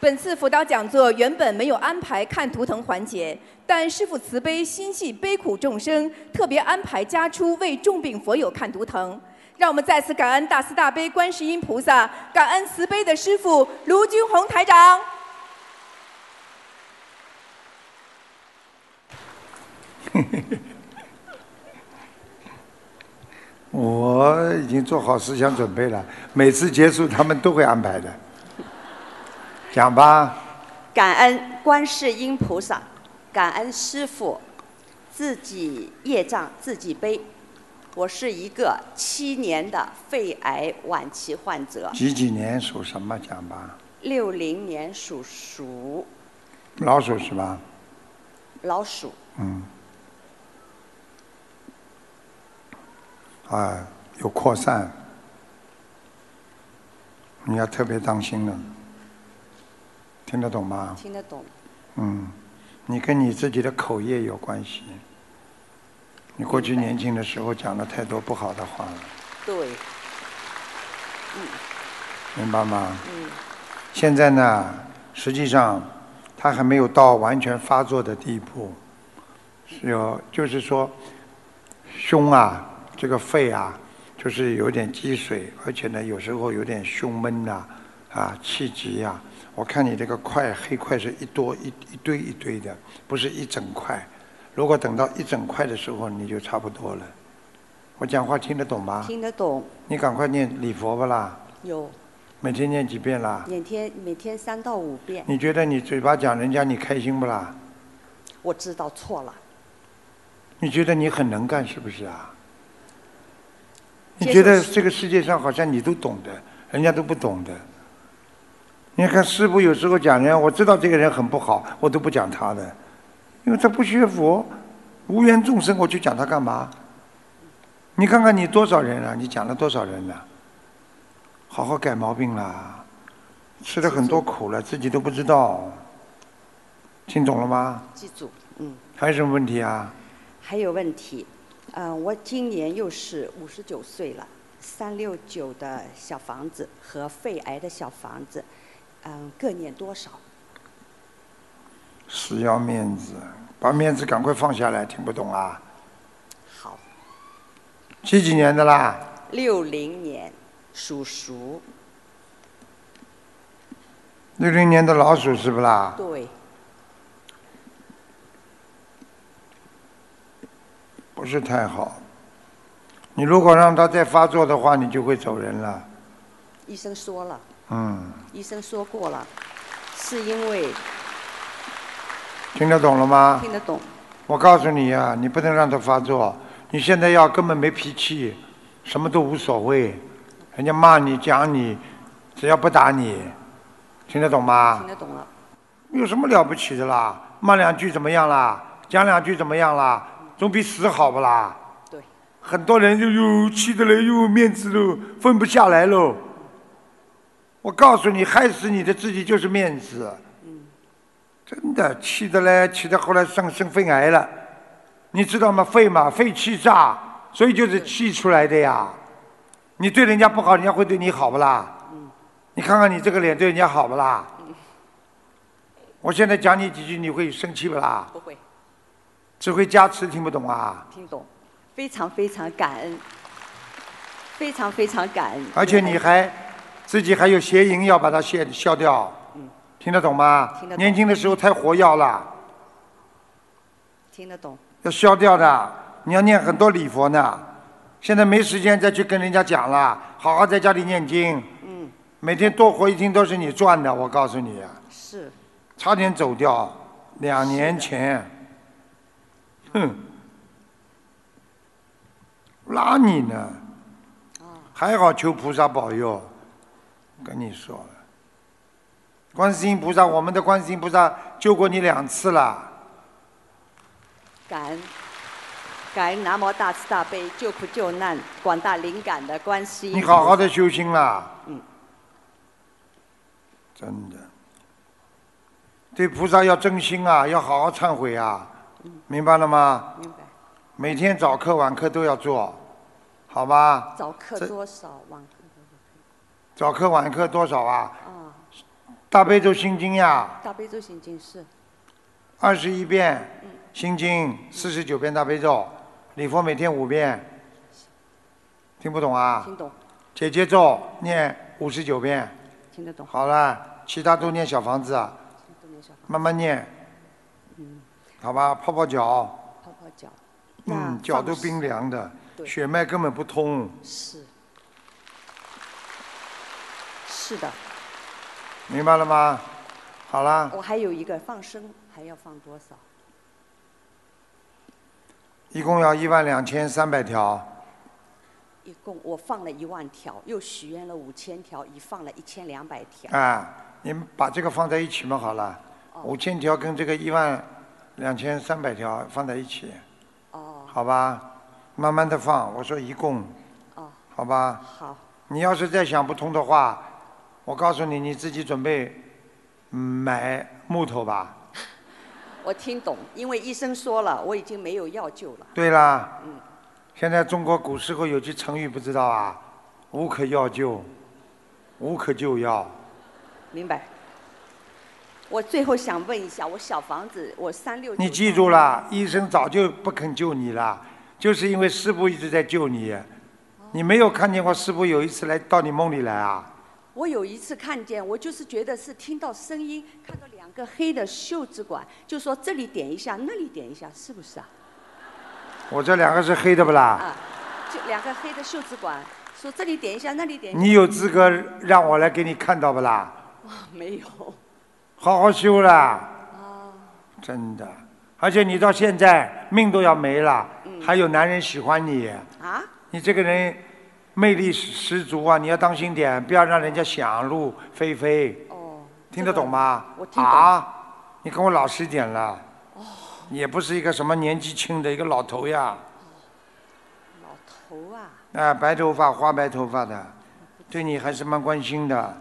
本次辅导讲座原本没有安排看图腾环节，但师父慈悲心系悲苦众生，特别安排家出为重病佛友看图腾。让我们再次感恩大慈大悲观世音菩萨，感恩慈悲的师父卢军宏台长。 我已经做好思想准备了，每次结束他们都会安排的。讲吧。 感恩观世音菩萨，感恩师父，自己业障自己背。我是一个7年的肺癌晚期患者。 几年属什么？讲吧。 60年属鼠。 老鼠是吧？ 老鼠。 有扩散，你要特别当心了。听得懂吗？ 听得懂。 你跟你自己的口业有关系。你过去年轻的时候讲了太多不好的话了。 对。 明白吗？现在呢，实际上他还没有到完全发作的地步，就是说，胸啊，这个肺啊，就是有点积水，而且呢，有时候有点胸闷呐，气急呀。我看你这个黑块是一堆一堆的，不是一整块。如果等到一整块的时候，你就差不多了。我讲话听得懂吗？ 听得懂。 你赶快念礼佛吧啦。 有。 每天念几遍啦？ 每天3到5遍。 你觉得你嘴巴讲人家你开心不啦？ 我知道错了。 你觉得你很能干是不是啊？你觉得这个世界上好像你都懂的，人家都不懂的。你看师父有时候讲人，我知道这个人很不好，我都不讲他的，因为他不学佛，无缘众生，我去讲他干嘛？你看看你多少人了，你讲了多少人了？好好改毛病啦，吃了很多苦了，自己都不知道。听懂了吗？ 记住。 还有什么问题啊？ 还有问题。我今年又是59岁了，369的小房子和肺癌的小房子，各念多少？ 死要面子，把面子赶快放下来，听不懂啊？ 好。 几年的啦 ？60年，属鼠。 60年的老鼠是不啦？ 对。 不是太好。你如果让他再发作的话，你就会走人了。 医生说了。 医生说过了，是因为。 听得懂了吗？ 听得懂。 我告诉你啊，你不能让他发作。你现在根本没脾气，什么都无所谓，人家骂你讲你，只要不打你，听得懂吗？ 听得懂了。 有什么了不起的啦？骂2句怎么样啦？讲2句怎么样啦？总比死好不啦？ 对。 很多人又气得来又面子喽，分不下来喽。我告诉你，害死你的自己就是面子。真的气得来，气得后来生肺癌了。你知道吗？肺嘛，肺气炸，所以就是气出来的呀。你对人家不好，人家会对你好不啦？你看看你这个脸，对人家好不啦？我现在讲你几句，你会生气不啦？ 不会。 只会加持，听不懂啊？ 听懂，非常非常感恩，非常非常感恩。 而且你自己还有邪淫要把它消掉，听得懂吗？ 听得懂。 年轻的时候太活跃了， 听得懂。 要消掉的，你要念很多礼佛呢。现在没时间再去跟人家讲了，好好在家里念经。每天多活一天都是你赚的，我告诉你啊。 是。 差点走掉，2年前。拉你呢，还好求菩萨保佑。跟你说了，观世音菩萨，我们的观世音菩萨救过你2次了。 感恩，感恩南无大慈大悲救苦救难广大灵感的观世音菩萨。 你好好的修心啦。真的，对菩萨要真心啊，要好好忏悔啊。明白了吗？ 明白。 每天早课晚课都要做，好吧？ 早课多少，晚课多少？ 早课晚课多少啊？ 大悲咒心经呀， 大悲咒心经是 21遍心经，49遍大悲咒，礼佛每天5遍。听不懂啊？ 听懂， 姐姐咒念59遍。 听得懂。 好了，其他都念小房子， 都念小房子慢慢念。好吧，泡泡脚。 泡泡脚。 脚都冰凉的，血脉根本不通。 是的。 明白了吗？好了。 我还有一个放生，还要放多少？ 一共要12300条。 一共我放了10000条，又许愿了5000条，已放了1200条。 啊，你们把这个放在一起嘛，好了，5000条跟这个12300条放在一起。好吧，慢慢的放。我说一共。好吧。 好。 你要是再想不通的话，我告诉你，你自己准备买木头吧。 我听懂，因为医生说了，我已经没有药救了。 对啦。现在中国古时候有句成语不知道啊，无可药救，无可救药。 明白。我最后想问一下，我小房子我369。 你记住了，医生早就不肯救你了，就是因为师父一直在救你。你没有看见过师父有一次来到你梦里来啊？ 我有一次看见，我就是觉得是听到声音，看到2个黑的袖子管，就说这里点一下，那里点一下，是不是啊？ 我这2个是黑的不啦？ 就2个黑的袖子管，说这里点一下，那里点一下。 你有资格让我来给你看到不啦？ 没有。 好好修啦。真的，而且你到现在命都要没了，还有男人喜欢你。你这个人魅力十足啊！你要当心点，不要让人家想入非非。听得懂吗？ 我听懂。 你跟我老实点了。也不是一个什么年纪轻的一个老头呀。 老头啊。 白头发，花白头发的，对你还是蛮关心的。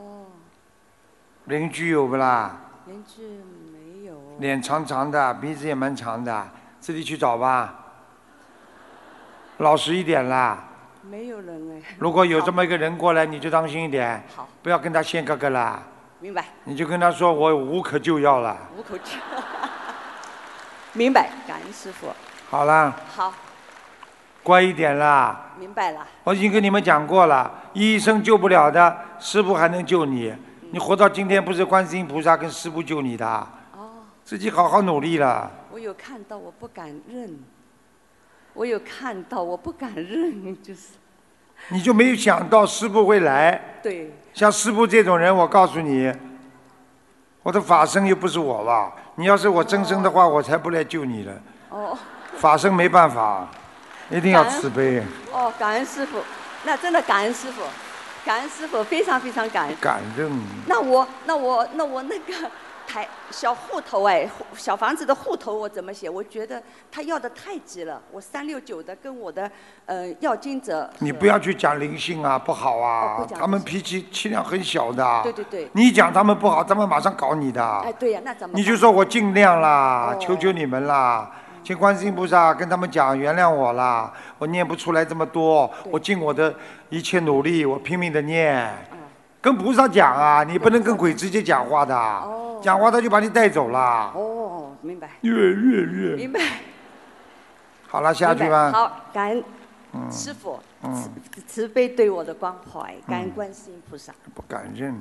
邻居有不啦？ 邻居没有。 脸长长的，鼻子也蛮长的，自己去找吧。老实一点啦。 没有人哎。 如果有这么一个人过来，你就当心一点。 好。 不要跟他献哥哥啦。 明白。 你就跟他说我无可救药了。 无可救。明白，感恩师父。 好了。 好。 乖一点啦。 明白了。 我已经跟你们讲过了，医生救不了的，师父还能救你。你活到今天，不是观世音菩萨跟师父救你的。自己好好努力了。 我有看到，我不敢认。我有看到，我不敢认，就是。 你就没有想到师父会来。 对。 像师父这种人，我告诉你，我的法身又不是我吧？你要是我真身的话，我才不来救你了。法身没办法，一定要慈悲。 感恩师父，那真的感恩师父，感恩师父，非常非常感恩。 感恩。 那我那个小户头小房子的户头我怎么写？我觉得他要的太急了，我369的跟我的要经者。 你不要去讲灵性啊，不好啊，他们脾气量很小的。 对对对。 你讲他们不好，他们马上搞你的。 对呀，那怎么办？ 你就说我尽量啦，求求你们啦，请观世音菩萨跟他们讲原谅我啦，我念不出来这么多，我尽我的一切努力，我拼命的念。跟菩萨讲啊，你不能跟鬼直接讲话的。讲话他就把你带走了。 明白。 明白。 好了，下去吧。 好，感恩师父慈悲对我的关怀，感恩观世音菩萨。 不敢认。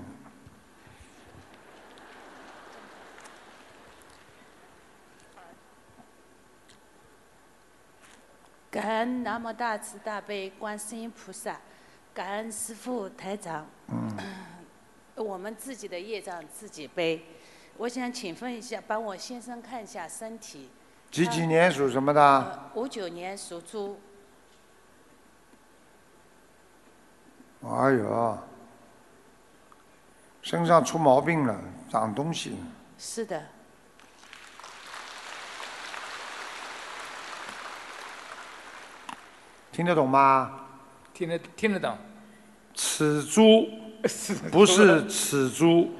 感恩南无大慈大悲观世音菩萨，感恩师父台长。我们自己的业障自己背。我想请问一下，帮我先生看一下身体。 几年属什么的 ？59年属猪。 哎呦，身上出毛病了，长东西。 是的。 听得懂吗？ 听得懂。 此猪不是此猪。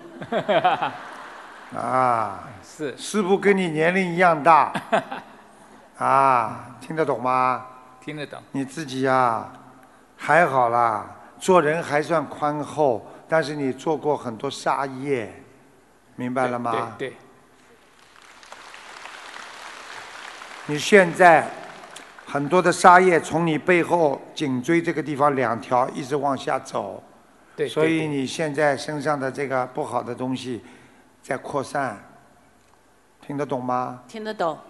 是。 师父跟你年龄一样大。听得懂吗？ 听得懂。 你自己呀，还好啦，做人还算宽厚，但是你做过很多杀业。 明白了吗？ 对。 你现在很多的杀业从你背后颈椎这个地方2条一直往下走， 对。 所以你现在身上的这个不好的东西在扩散，听得懂吗？ 听得懂。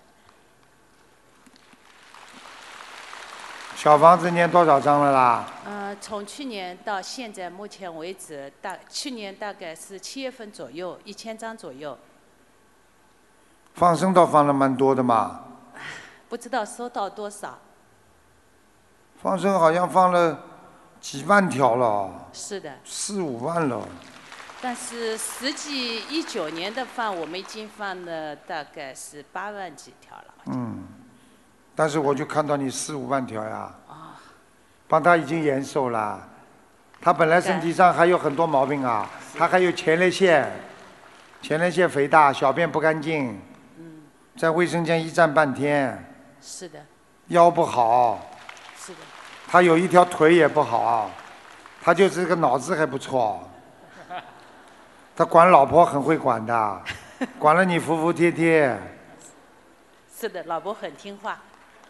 小房子念多少章了啦？ 从去年到现在，目前为止，去年大概是7月份左右，1000张左右。 放生倒放了蛮多的嘛。 不知道收到多少。 放生好像放了几万条了。 是的。 4、5万了。 但是实际19年的放，我们已经放了大概是8万几条了。 但是我就看到你4、5万条呀。帮他已经延寿了，他本来身体上还有很多毛病啊，他还有前列腺肥大，小便不干净，在卫生间一站半天， 是的， 腰不好， 是的， 他有一条腿也不好，他就是个脑子还不错，他管老婆很会管的，管了你服服帖帖。 是的，老婆很听话。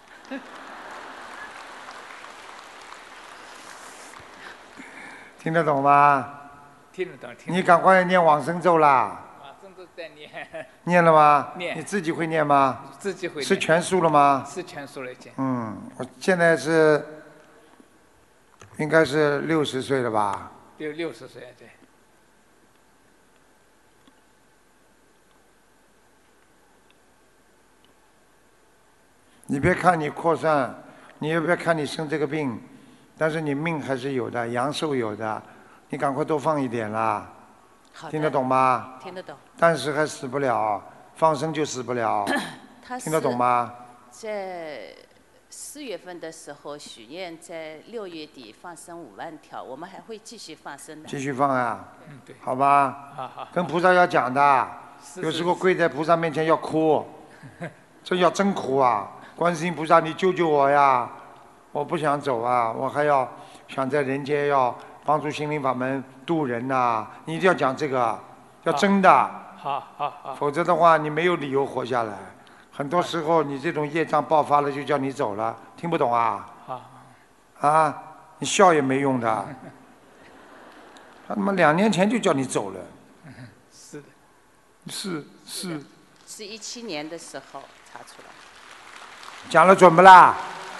听得懂吗？ 听得懂。 你赶快念往生咒啦！ 往生咒在念。 念了吗？ 念。 你自己会念吗？ 自己会念。 是全素了吗？ 是全素了已经。 我现在应该是60岁了吧 ？60岁，对。 你别看你扩散，你也别看你生这个病，但是你命还是有的，阳寿有的，你赶快多放一点啦。听得懂吗？ 听得懂。 但是还死不了，放生就死不了。听得懂吗？ 在4月份的时候许愿，在6月底放生5万条，我们还会继续放生的。 继续放啊？ 对。 好吧。 好。 跟菩萨要讲的，有时候跪在菩萨面前要哭，这要真哭啊！观世音菩萨，你救救我呀！我不想走啊，我还要想在人间要帮助心灵法门度人呐！你一定要讲这个，要真的。 好。 否则的话，你没有理由活下来。很多时候，你这种业障爆发了，就叫你走了，听不懂啊？啊，你笑也没用的。他妈2年前就叫你走了。 是的。 是。 是17年的时候查出来。 讲了准不啦？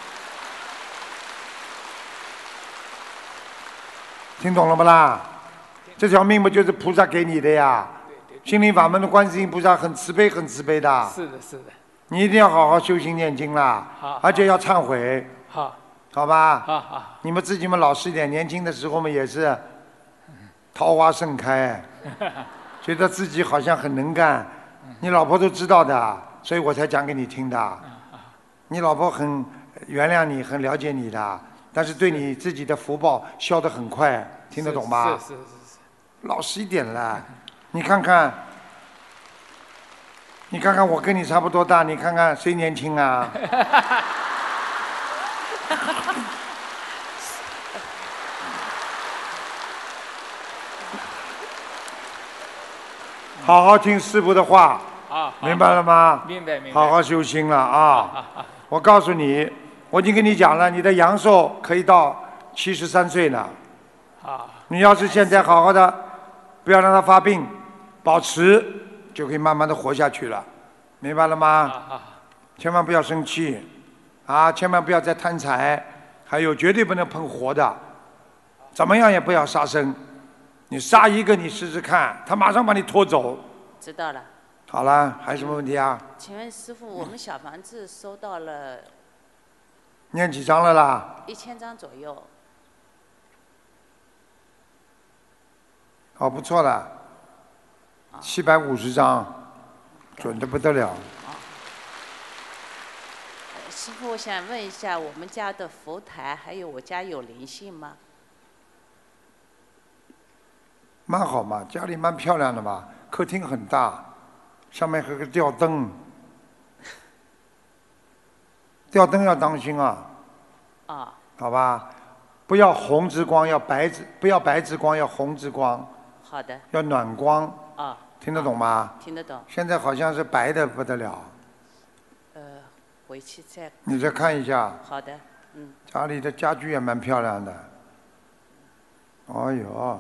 听懂了不啦？这条命不就是菩萨给你的呀？心灵法门的观世音菩萨很慈悲，很慈悲的。 是的。 你一定要好好修心念经啦，而且要忏悔。好吧。你们自己们老实一点，年轻的时候嘛也是桃花盛开，觉得自己好像很能干，你老婆都知道的，所以我才讲给你听的。你老婆很原谅你，很了解你的，但是对你自己的福报消得很快，听得懂吗？ 是。 老实一点啦，你看看我跟你差不多大，你看看谁年轻啊？好好听师父的话，明白了吗？ 明白。 好好修心了啊！我告诉你，我已经跟你讲了，你的阳寿可以到73岁呢。你要是现在好好的，不要让它发病，保持，就可以慢慢的活下去了，明白了吗？千万不要生气，千万不要再贪财，还有绝对不能碰活的，怎么样也不要杀生。你杀一个，你试试看，他马上把你拖走。 知道了。 好了，还有什么问题啊？ 请问师父，我们小房子收到了？ 念几张了啦 ？1000张左右。 哦，不错了，750张，准得不得了。 师父，我想问一下，我们家的佛台还有我家有灵性吗？ 蛮好嘛，家里蛮漂亮的嘛，客厅很大，上面还有个吊灯，吊灯要当心啊。好吧，不要红之光，要白之，不要白之光，要红之光。 好的。 要暖光。 听得懂吗？ 听得懂。 现在好像是白的不得了。 回去再。 你再看一下。 好的， 家里的家具也蛮漂亮的。哎呦，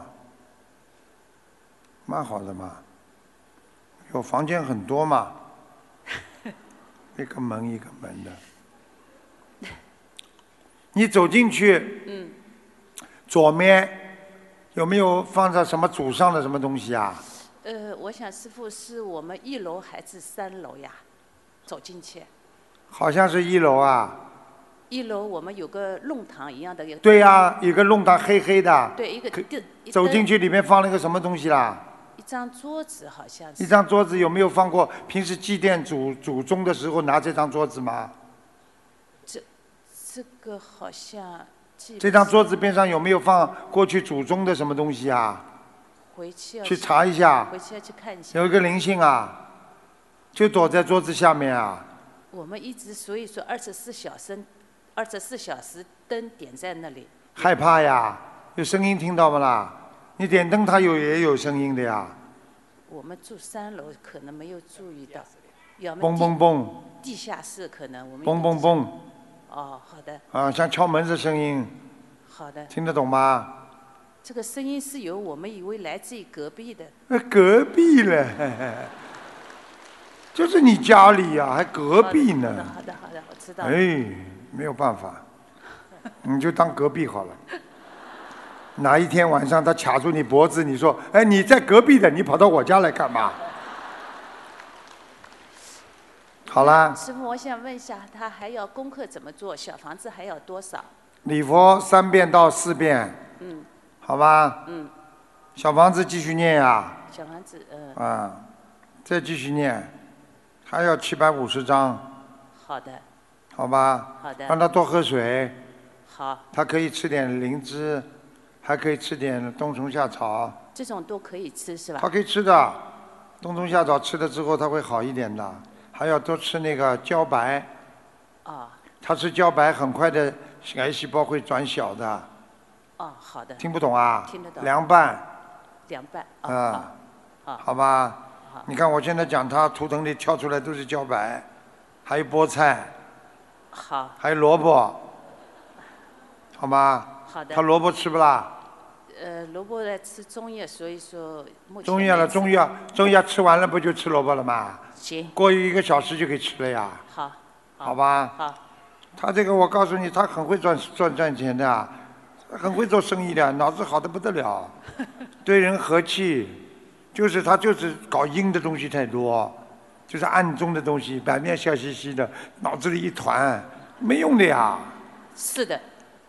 蛮好的嘛。有房间很多嘛，一个门一个门的。你走进去，左面有没有放着什么祖上的什么东西啊？ 我想师父是我们1楼还是3楼呀？走进去。 好像是1楼啊。 1楼我们有个弄堂一样的。 对呀，有个弄堂黑黑的。 对，一个走进去里面放了个什么东西啦？ 一张桌子好像是。 一张桌子有没有放过？平时祭奠祖宗的时候拿这张桌子吗？ 这个好像。 这张桌子边上有没有放过去祖宗的什么东西啊？ 回去要去查一下。 回去要去看一下。 有一个灵性啊，就躲在桌子下面啊。 我们一直所以说24小时灯点在那里。 害怕呀？有声音听到不啦？你点灯它也有声音的呀。 我们住3楼，可能没有注意到。 嘣嘣嘣。 地下室可能我们。 嘣嘣嘣。 哦，好的。 啊，像敲门的声音。 好的。 听得懂吗？ 这个声音是由我们以为来自于隔壁的。 隔壁了，就是你家里呀，还隔壁呢。 好的，我知道了。 哎，没有办法，你就当隔壁好了。哪一天晚上他卡住你脖子，你说：“哎，你在隔壁的，你跑到我家来干嘛？”好啦。 师父，我想问一下，他还要功课怎么做？小房子还要多少？ 礼佛3遍到4遍。好吧。小房子继续念呀。 小房子， 再继续念，还要750张。 好的。 好吧。 好的。 让他多喝水。 好。 他可以吃点灵芝，还可以吃点冬虫夏草。 这种都可以吃是吧？ 他可以吃的，冬虫夏草吃了之后他会好一点的。还要多吃那个茭白。他吃茭白，很快的癌细胞会转小的。 好的。 听不懂啊？ 听得懂。 凉拌。 凉拌。 好吧。你看我现在讲他图腾里跳出来都是茭白，还有菠菜。 好。 还有萝卜。好吗？ 好的。 他萝卜吃不啦？ 萝卜来吃中药，所以说目前。 中药了，中药吃完了不就吃萝卜了吗？ 行。 过1个小时就可以吃了呀。 好。 好吧。 好。 他这个我告诉你，他很会赚钱的，很会做生意的，脑子好的不得了，对人和气，他就是搞阴的东西太多，就是暗中的东西，表面笑嘻嘻的，脑子里一团，没用的呀。 是的。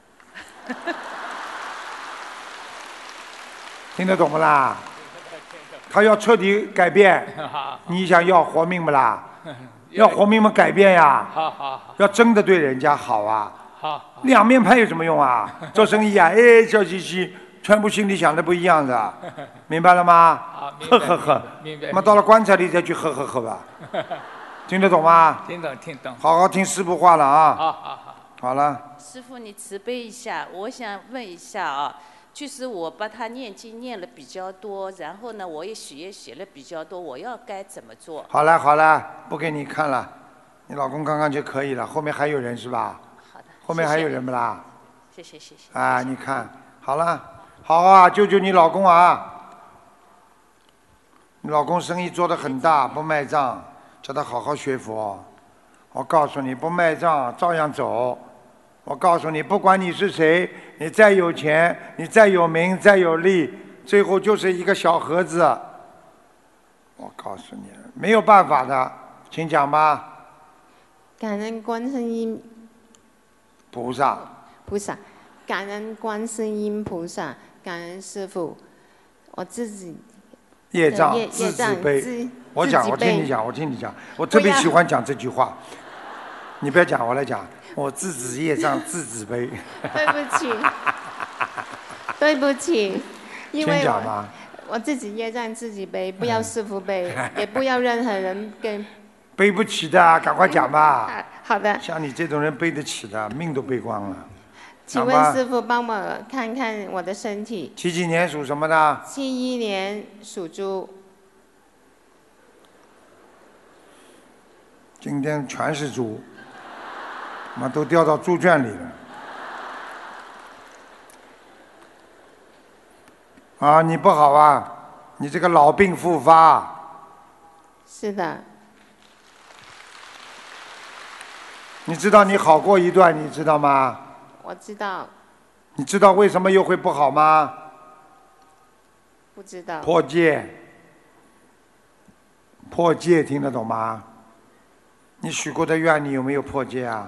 听得懂不啦？他要彻底改变，你想要活命不啦？要活命嘛，改变呀！要真的对人家好啊！两面派有什么用啊？做生意啊，哎，笑嘻嘻，全部心里想的不一样的，明白了吗？呵呵呵，那到了棺材里再去呵呵呵吧。听得懂吗？ 听懂。 好好听师父话了啊！好了。 师父，你慈悲一下，我想问一下啊。就是我把它念经念了比较多，然后呢，我也写了比较多，我要该怎么做？ 好了，不给你看了，你老公刚刚就可以了，后面还有人是吧？ 好的。 后面还有人不啦？ 谢谢。 你看，好了，好啊，救救你老公啊！你老公生意做得很大，不卖账，叫他好好学佛。我告诉你，不卖账照样走。我告诉你，不管你是谁，你再有钱，你再有名，再有利，最后就是一个小盒子。我告诉你，没有办法的，请讲吧。 感恩观世音菩萨， 感恩观世音菩萨，感恩师父，我自己业障自己背。我听你讲，我特别喜欢讲这句话。你不要讲，我来讲。我自己业障自己背。 对不起，因为讲吧。 我自己业障自己背，不要师父背，也不要任何人跟。 背不起的，赶快讲吧。 好的。 像你这种人背得起的，命都背光了。 请问师父帮我看看我的身体。 几年属什么的？ 71年属猪。 今天全是猪，妈都掉到猪圈里了。啊，你不好啊，你这个老病复发。 是的， 你知道你好过一段，你知道吗？ 我知道， 你知道为什么又会不好吗？ 不知道。 破戒，破戒听得懂吗？你许过的愿，你有没有破戒啊？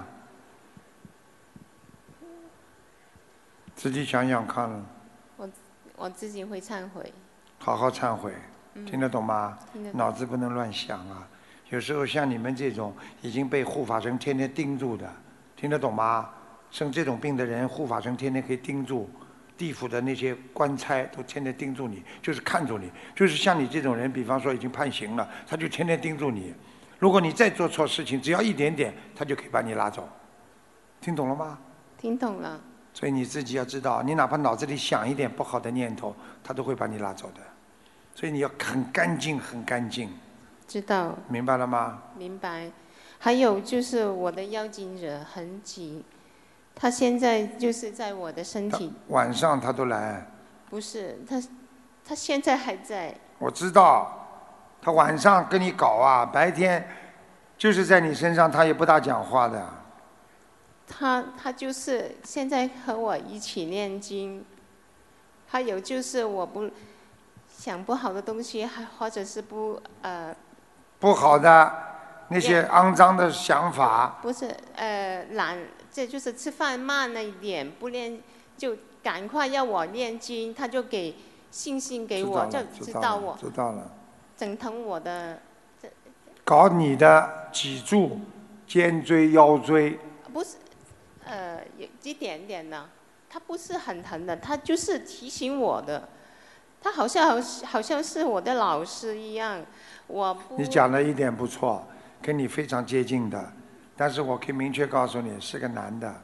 自己想想看了。 我自己会忏悔。 好好忏悔，听得懂吗？ 听得懂。 脑子不能乱想啊！有时候像你们这种已经被护法神天天盯住的，听得懂吗？生这种病的人，护法神天天可以盯住，地府的那些官差都天天盯住你，就是看住你，就是像你这种人，比方说已经判刑了，他就天天盯住你。如果你再做错事情，只要一点点，他就可以把你拉走。听懂了吗？ 听懂了。 所以你自己要知道，你哪怕脑子里想一点不好的念头，他都会把你拉走的。所以你要很干净，很干净。 知道。 明白了吗？ 明白。还有就是我的妖精者很急，他现在就是在我的身体。 晚上他都来。 不是，他现在还在。 我知道，他晚上跟你搞啊，白天就是在你身上，他也不大讲话的。 他就是现在和我一起念经，还有就是我不想不好的东西，还或者是不好的那些肮脏的想法。 不是懒，这就是吃饭慢了一点，不练就赶快要我念经，他就给信心给我，就知道我知道了， 整疼我的， 搞你的脊柱、肩椎、腰椎。 不是。有一点点呢，他不是很疼的，他就是提醒我的，他好像是我的老师一样，我不。 你讲的一点不错，跟你非常接近的，但是我可以明确告诉你，是个男的。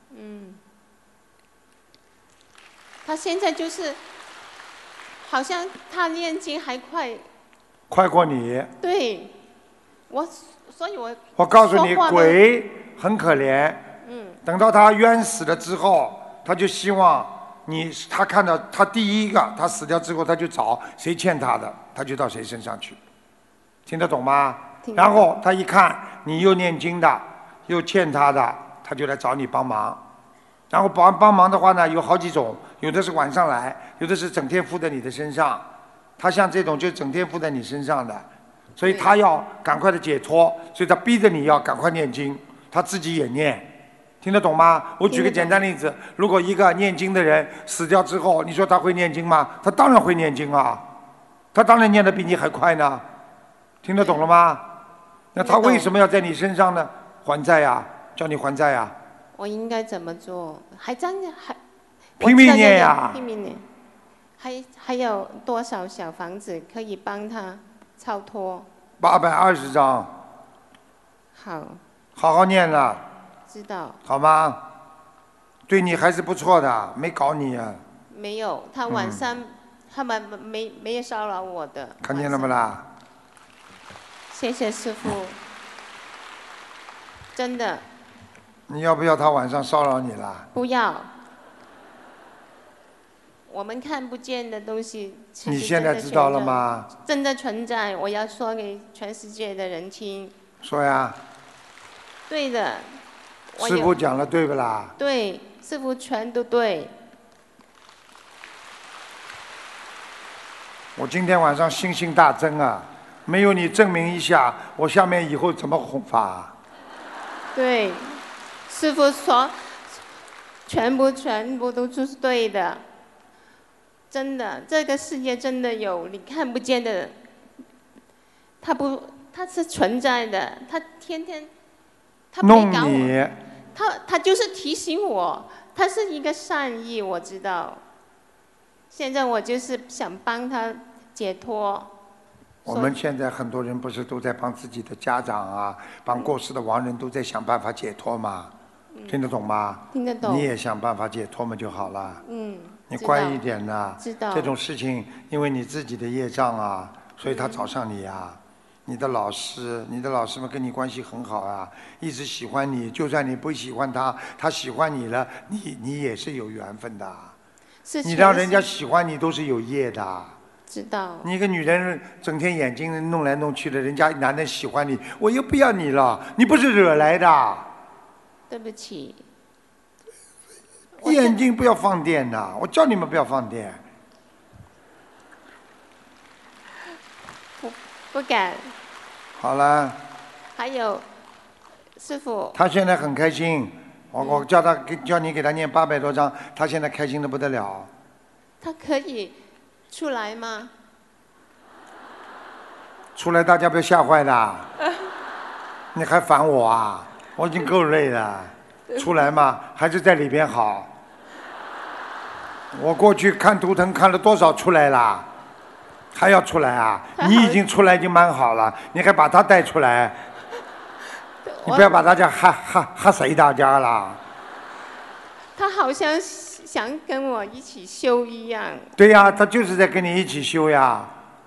他现在就是，好像他念经还快过你。 对，所以我告诉你，鬼很可怜。等到他冤死了之后，他就希望他看到他第一个，他死掉之后，他就找谁欠他的，他就到谁身上去，听得懂吗？然后他一看你又念经的，又欠他的，他就来找你帮忙。然后帮忙的话呢，有好几种，有的是晚上来，有的是整天附在你的身上。他像这种就整天附在你身上的，所以他要赶快的解脱，所以他逼着你要赶快念经，他自己也念。听得懂吗？我举个简单例子，如果一个念经的人死掉之后，你说他会念经吗？他当然会念经啊，他当然念得比你还快呢。听得懂了吗？那他为什么要在你身上呢？还债呀，叫你还债呀。 我应该怎么做？还拼命念呀！ 拼命念。还有多少小房子可以帮他超脱 ？820张。 好。 好好念了。 知道。 好吗？对你还是不错的，没搞你啊。 没有，他晚上、他们没有骚扰我的。 看见了不啦？ 谢谢师父。真的。 你要不要他晚上骚扰你啦？ 不要。我们看不见的东西， 你现在知道了吗？ 真的存在，我要说给全世界的人听。 说呀。 对的。 师父讲了对不啦？ 对，师父全都对。 我今天晚上信心大增啊！没有你证明一下，我下面以后怎么弘法？ 对，师父说，全部都是对的。真的，这个世界真的有你看不见的，它是存在的，它天天。他弄你， 他就是提醒我，他是一个善意，我知道。现在我就是想帮他解脱。 我们现在很多人不是都在帮自己的家长啊，帮过世的亡人都在想办法解脱吗？听得懂吗？ 听得懂。 你也想办法解脱嘛就好了。你乖一点呐。 知道。 这种事情，因为你自己的业障啊，所以他找上你啊。 你的老师们跟你关系很好啊，一直喜欢你，就算你不喜欢他，他喜欢你了，你也是有缘分的。 是你让人家喜欢你都是有业的。 知道。 你一个女人整天眼睛弄来弄去的，人家男的喜欢你，我又不要你了，你不是惹来的。 对不起。 眼睛不要放电呐！我叫你们不要放电。 不敢。 好了。 还有，师父。 他现在很开心，我叫你给他念800多章，他现在开心的不得了。 他可以出来吗？ 出来大家不要吓坏的。你还烦我啊？我已经够累了。出来嘛，还是在里边好。我过去看图腾看了多少出来了？还要出来啊？你已经出来已经蛮好了，你还把他带出来？你不要把大家吓死大家了。 他好像想跟我一起修一样。 对呀，他就是在跟你一起修呀。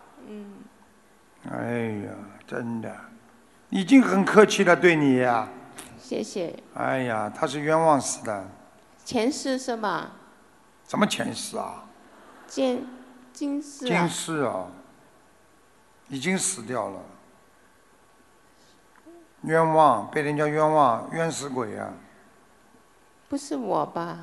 哎呀，真的，已经很客气了对你呀。 谢谢。 哎呀，他是冤枉死的。 前世是吧？ 什么前世啊？ 今世啊。 今世啊，已经死掉了。冤枉，被人家冤枉，冤死鬼啊！ 不是我吧？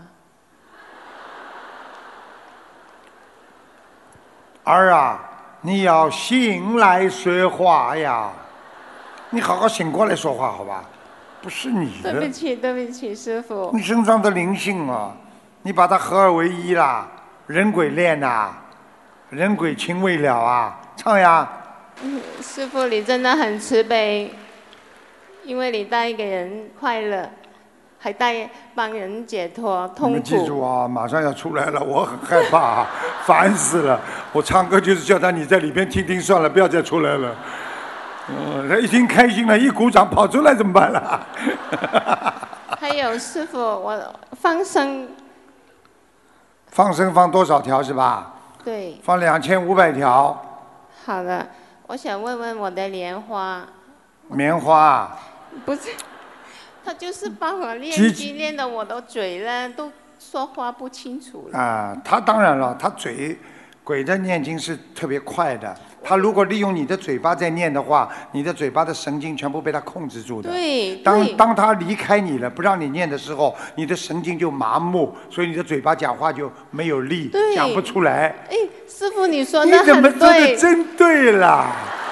儿啊，你要醒来说话呀！你好好醒过来说话，好吧？不是你的。 对不起，对不起，师父。 你身上的灵性啊，你把它合二为一啦，人鬼恋呐，人鬼情未了啊，唱呀！ 师父，你真的很慈悲，因为你带给人快乐，还帮人解脱痛苦。 你们记住啊，马上要出来了，我很害怕啊，烦死了！我唱歌就是叫他你在里边听听算了，不要再出来了。他一听开心了，一鼓掌跑出来怎么办了？ 还有师父，我放生。 放生放多少条是吧？ 对。 放2500条。 好的，我想问问我的莲花。 棉花。 不是，他就是帮我练经练的，我的嘴呢都说话不清楚了。 啊，他当然了，他鬼的念经是特别快的。他如果利用你的嘴巴在念的话，你的嘴巴的神经全部被他控制住的。 对。 当他离开你了，不让你念的时候，你的神经就麻木，所以你的嘴巴讲话就没有力，讲不出来。 哎，师父你说的很对。 你怎么说的真对了？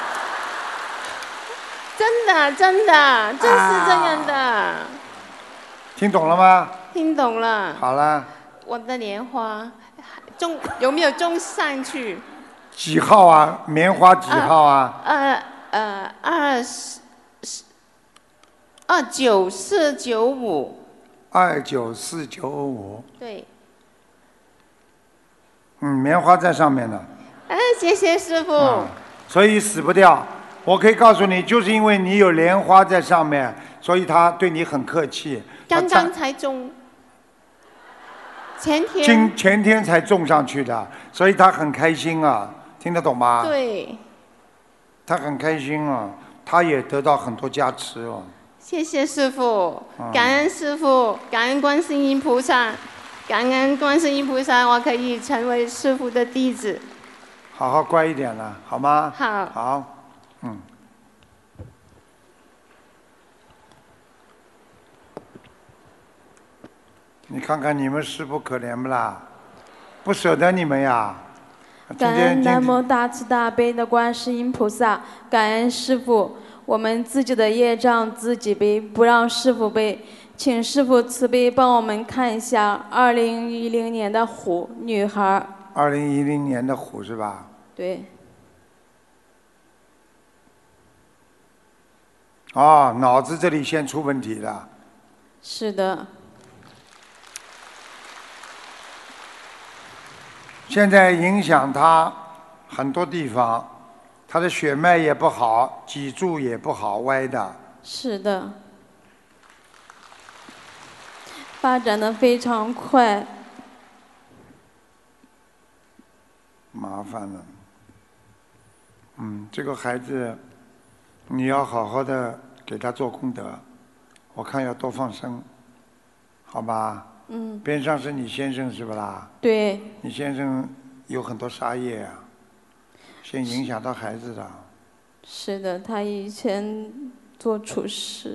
真的，真的，真是这样的。 听懂了吗？ 听懂了。 好了。 我的莲花有没有种上去？ 几号啊？棉花几号啊 ？29495。 29495。 对。 棉花在上面呢。 谢谢师父。 所以死不掉。我可以告诉你，就是因为你有莲花在上面，所以他对你很客气。 刚刚才种。前天才种上去的，所以他很开心啊，听得懂吗？ 对。 他很开心啊，他也得到很多加持哦。 谢谢师父，感恩师父，感恩观世音菩萨，感恩观世音菩萨，我可以成为师父的弟子。 好好乖一点了，好吗？ 好。 好，你看看你们师父可怜不啦？不舍得你们呀。 感恩南无大慈大悲的观世音菩萨，感恩师父，我们自己的业障自己背，不让师父背。请师父慈悲帮我们看一下2010年的虎女孩。 2010年的虎是吧？ 对。 哦，脑子这里先出问题了。 是的。 现在影响他很多地方，他的血脉也不好，脊柱也不好，歪的。 是的。发展得非常快。 麻烦了。这个孩子你要好好的给他做功德，我看要多放生，好吧？边上是你先生是不啦？ 对。 你先生有很多杀业啊，先影响到孩子的。 是的，他以前做厨师。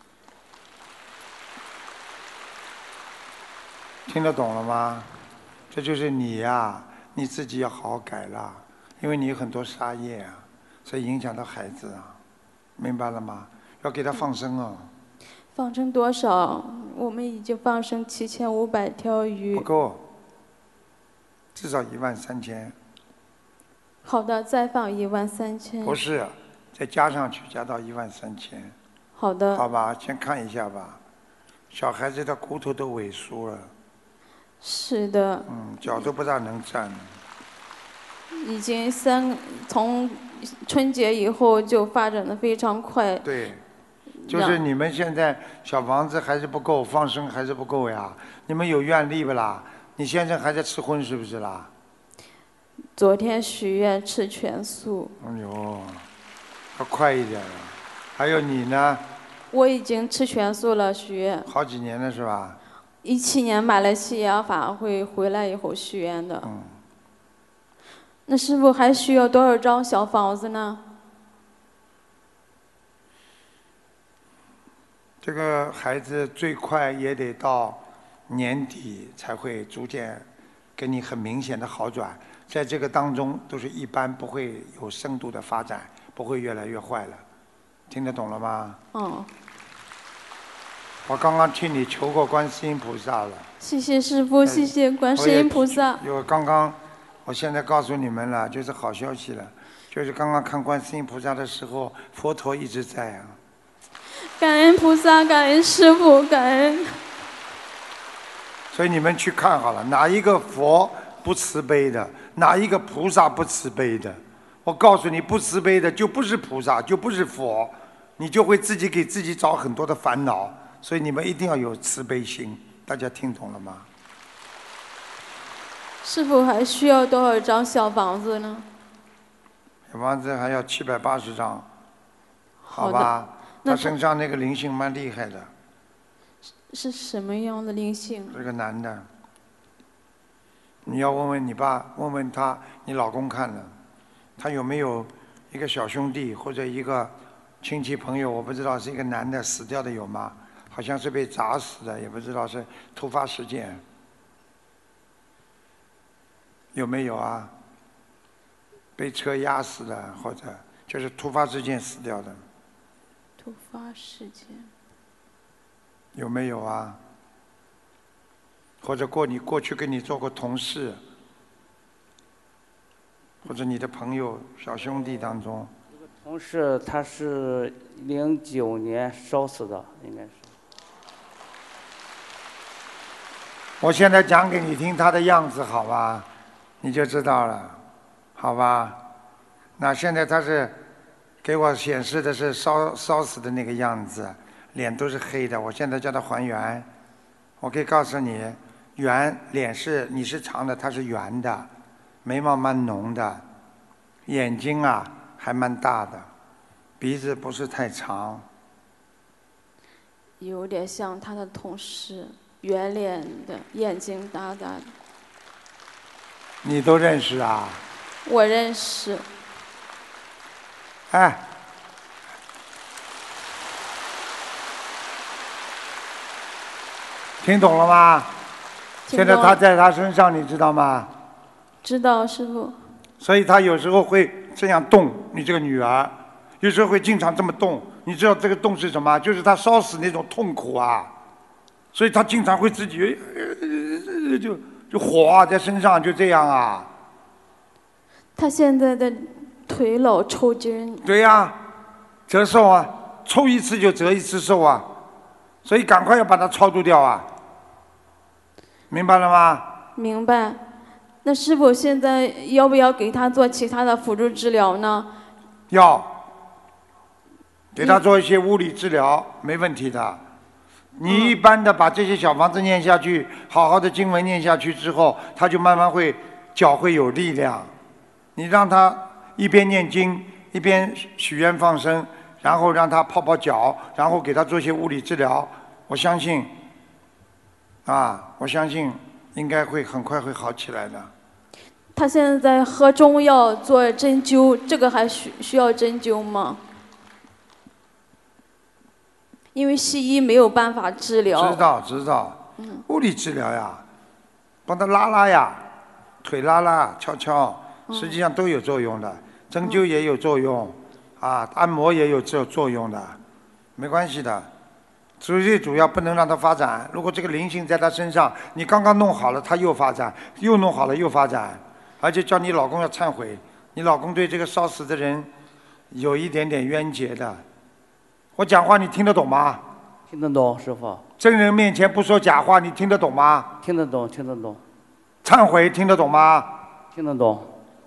听得懂了吗？这就是你呀，你自己要好好改了，因为你有很多杀业啊，所以影响到孩子啊，明白了吗？要给他放生啊。 放生多少？我们已经放生7500条鱼。 不够，至少13000。 好的，再放13000。 不是，再加上去，加到13000。 好的。 好吧，先看一下吧。小孩子的骨头都萎缩了。 是的。 脚都不大能站。 已经从春节以后就发展的非常快。 对。就是你们现在小房子还是不够，放生还是不够呀？你们有愿力不啦？你先生还在吃荤是不是啦？ 昨天许愿吃全素。 哎呦，要快一点了。还有你呢？ 我已经吃全素了，许愿。 好几年了是吧 ？17年马来西亚法会回来以后许愿的。那师父还需要多少张小房子呢？ 这个孩子最快也得到年底才会逐渐给你很明显的好转，在这个当中都是一般不会有深度的发展，不会越来越坏了，听得懂了吗？我刚刚替你求过观世音菩萨了。 谢谢师父，谢谢观世音菩萨。 我现在告诉你们了，就是好消息了，就是刚刚看观世音菩萨的时候，佛陀一直在啊。 感恩菩萨，感恩师父，感恩。 所以你们去看好了，哪一个佛不慈悲的，哪一个菩萨不慈悲的？我告诉你，不慈悲的就不是菩萨，就不是佛，你就会自己给自己找很多的烦恼。所以你们一定要有慈悲心，大家听懂了吗？ 师父还需要多少张小房子呢？ 小房子还要780张，好吧？他身上那个灵性蛮厉害的。 是什么样的灵性？ 是个男的。你要问问你爸，问问他，你老公看了，他有没有一个小兄弟或者一个亲戚朋友？我不知道是一个男的死掉的有吗？好像是被砸死的，也不知道是突发事件，有没有啊？被车压死的，或者就是突发事件死掉的。 突发事件有没有啊？或者你过去跟你做过同事，或者你的朋友、小兄弟当中。 这个同事他是09年烧死的，应该是。 我现在讲给你听他的样子，好吧？你就知道了，好吧？那现在他是给我显示的是烧死的那个样子，脸都是黑的。我现在叫他还原，我可以告诉你，脸你是长的，他是圆的，眉毛蛮浓的，眼睛啊还蛮大的，鼻子不是太长。 有点像他的同事，圆脸的，眼睛大大的。 你都认识啊？ 我认识。 哎，听懂了吗？现在他在他身上，你知道吗？ 知道，师父。 所以他有时候会这样动，你这个女儿有时候会经常这么动。你知道这个动是什么？就是他烧死那种痛苦啊，所以他经常会自己就火啊，在身上就这样啊。 他现在的腿老抽筋。 对呀，折寿啊，抽一次就折一次寿啊，所以赶快要把它超度掉啊，明白了吗？ 明白。那师父现在要不要给他做其他的辅助治疗呢？ 要，给他做一些物理治疗，没问题的。你一般的把这些小房子念下去，好好的经文念下去之后，他就慢慢脚会有力量。你让他一边念经一边许愿放生， 然后让他泡泡脚，然后给他做些物理治疗，我相信，我相信应该会很快会好起来的。 他现在在喝中药做针灸，这个还需要针灸吗？因为西医没有办法治疗。 知道。物理治疗呀，帮他拉呀，腿拉，敲，实际上都有作用的。针灸也有作用，按摩也有作用的，没关系的。最主要不能让它发展。如果这个灵性在他身上，你刚刚弄好了，他又发展，又弄好了又发展，而且叫你老公要忏悔，你老公对这个烧死的人有一点点冤结的。我讲话你听得懂吗？ 听得懂，师父。 真人面前不说假话，你听得懂吗？ 听得懂。 忏悔听得懂吗？ 听得懂。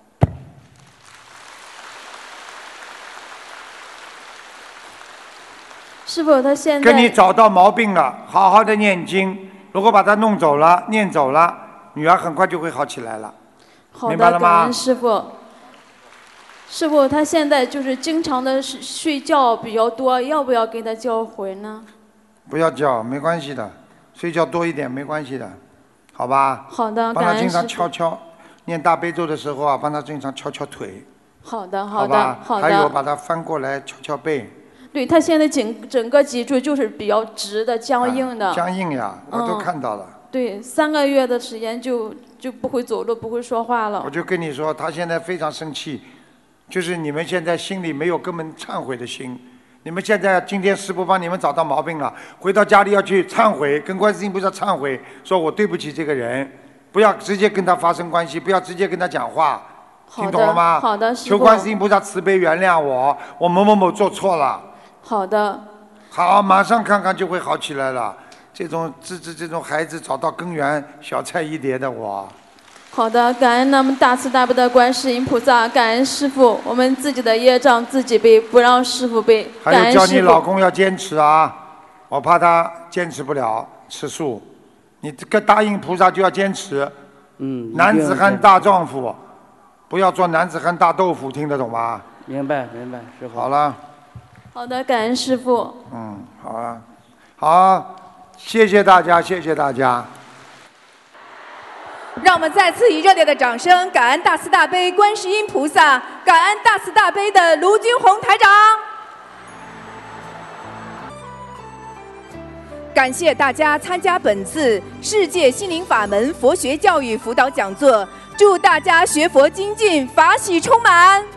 师父，他现在跟你找到毛病了，好好的念经。如果把他弄走了，念走了，女儿很快就会好起来了。 好的，感恩师父。师父，他现在就是经常的睡觉比较多，要不要给他叫回呢？ 不要叫，没关系的，睡觉多一点没关系的，好吧？ 好的， 帮他经常敲，念大悲咒的时候帮他经常敲腿。 好的。 还有把他翻过来敲背。 对，他现在整个脊柱就是比较直的、僵硬的。 僵硬呀，我都看到了。 对，3个月的时间就不会走路，不会说话了。 我就跟你说，他现在非常生气，就是你们现在心里没有根本忏悔的心。你们现在今天师父帮你们找到毛病了，回到家里要去忏悔，跟观世音菩萨忏悔，说我对不起这个人，不要直接跟他发生关系，不要直接跟他讲话，听懂了吗？ 好的，师父。 求观世音菩萨慈悲原谅我某某某做错了。 好的。 好，马上看看就会好起来了。这种孩子找到根源，小菜一碟的我。 好的，感恩南无大慈大悲的观世音菩萨，感恩师父，我们自己的业障自己背，不让师父背。 还有叫你老公要坚持啊，我怕他坚持不了吃素，你这个答应菩萨就要坚持。男子汉大丈夫，不要做男子汉大豆腐，听得懂吗？ 明白，师父。 好了。 好的，感恩师父。 好啊，好，谢谢大家，谢谢大家。 让我们再次以热烈的掌声，感恩大慈大悲观世音菩萨，感恩大慈大悲的卢军红台长。感谢大家参加本次世界心灵法门佛学教育辅导讲座，祝大家学佛精进，法喜充满。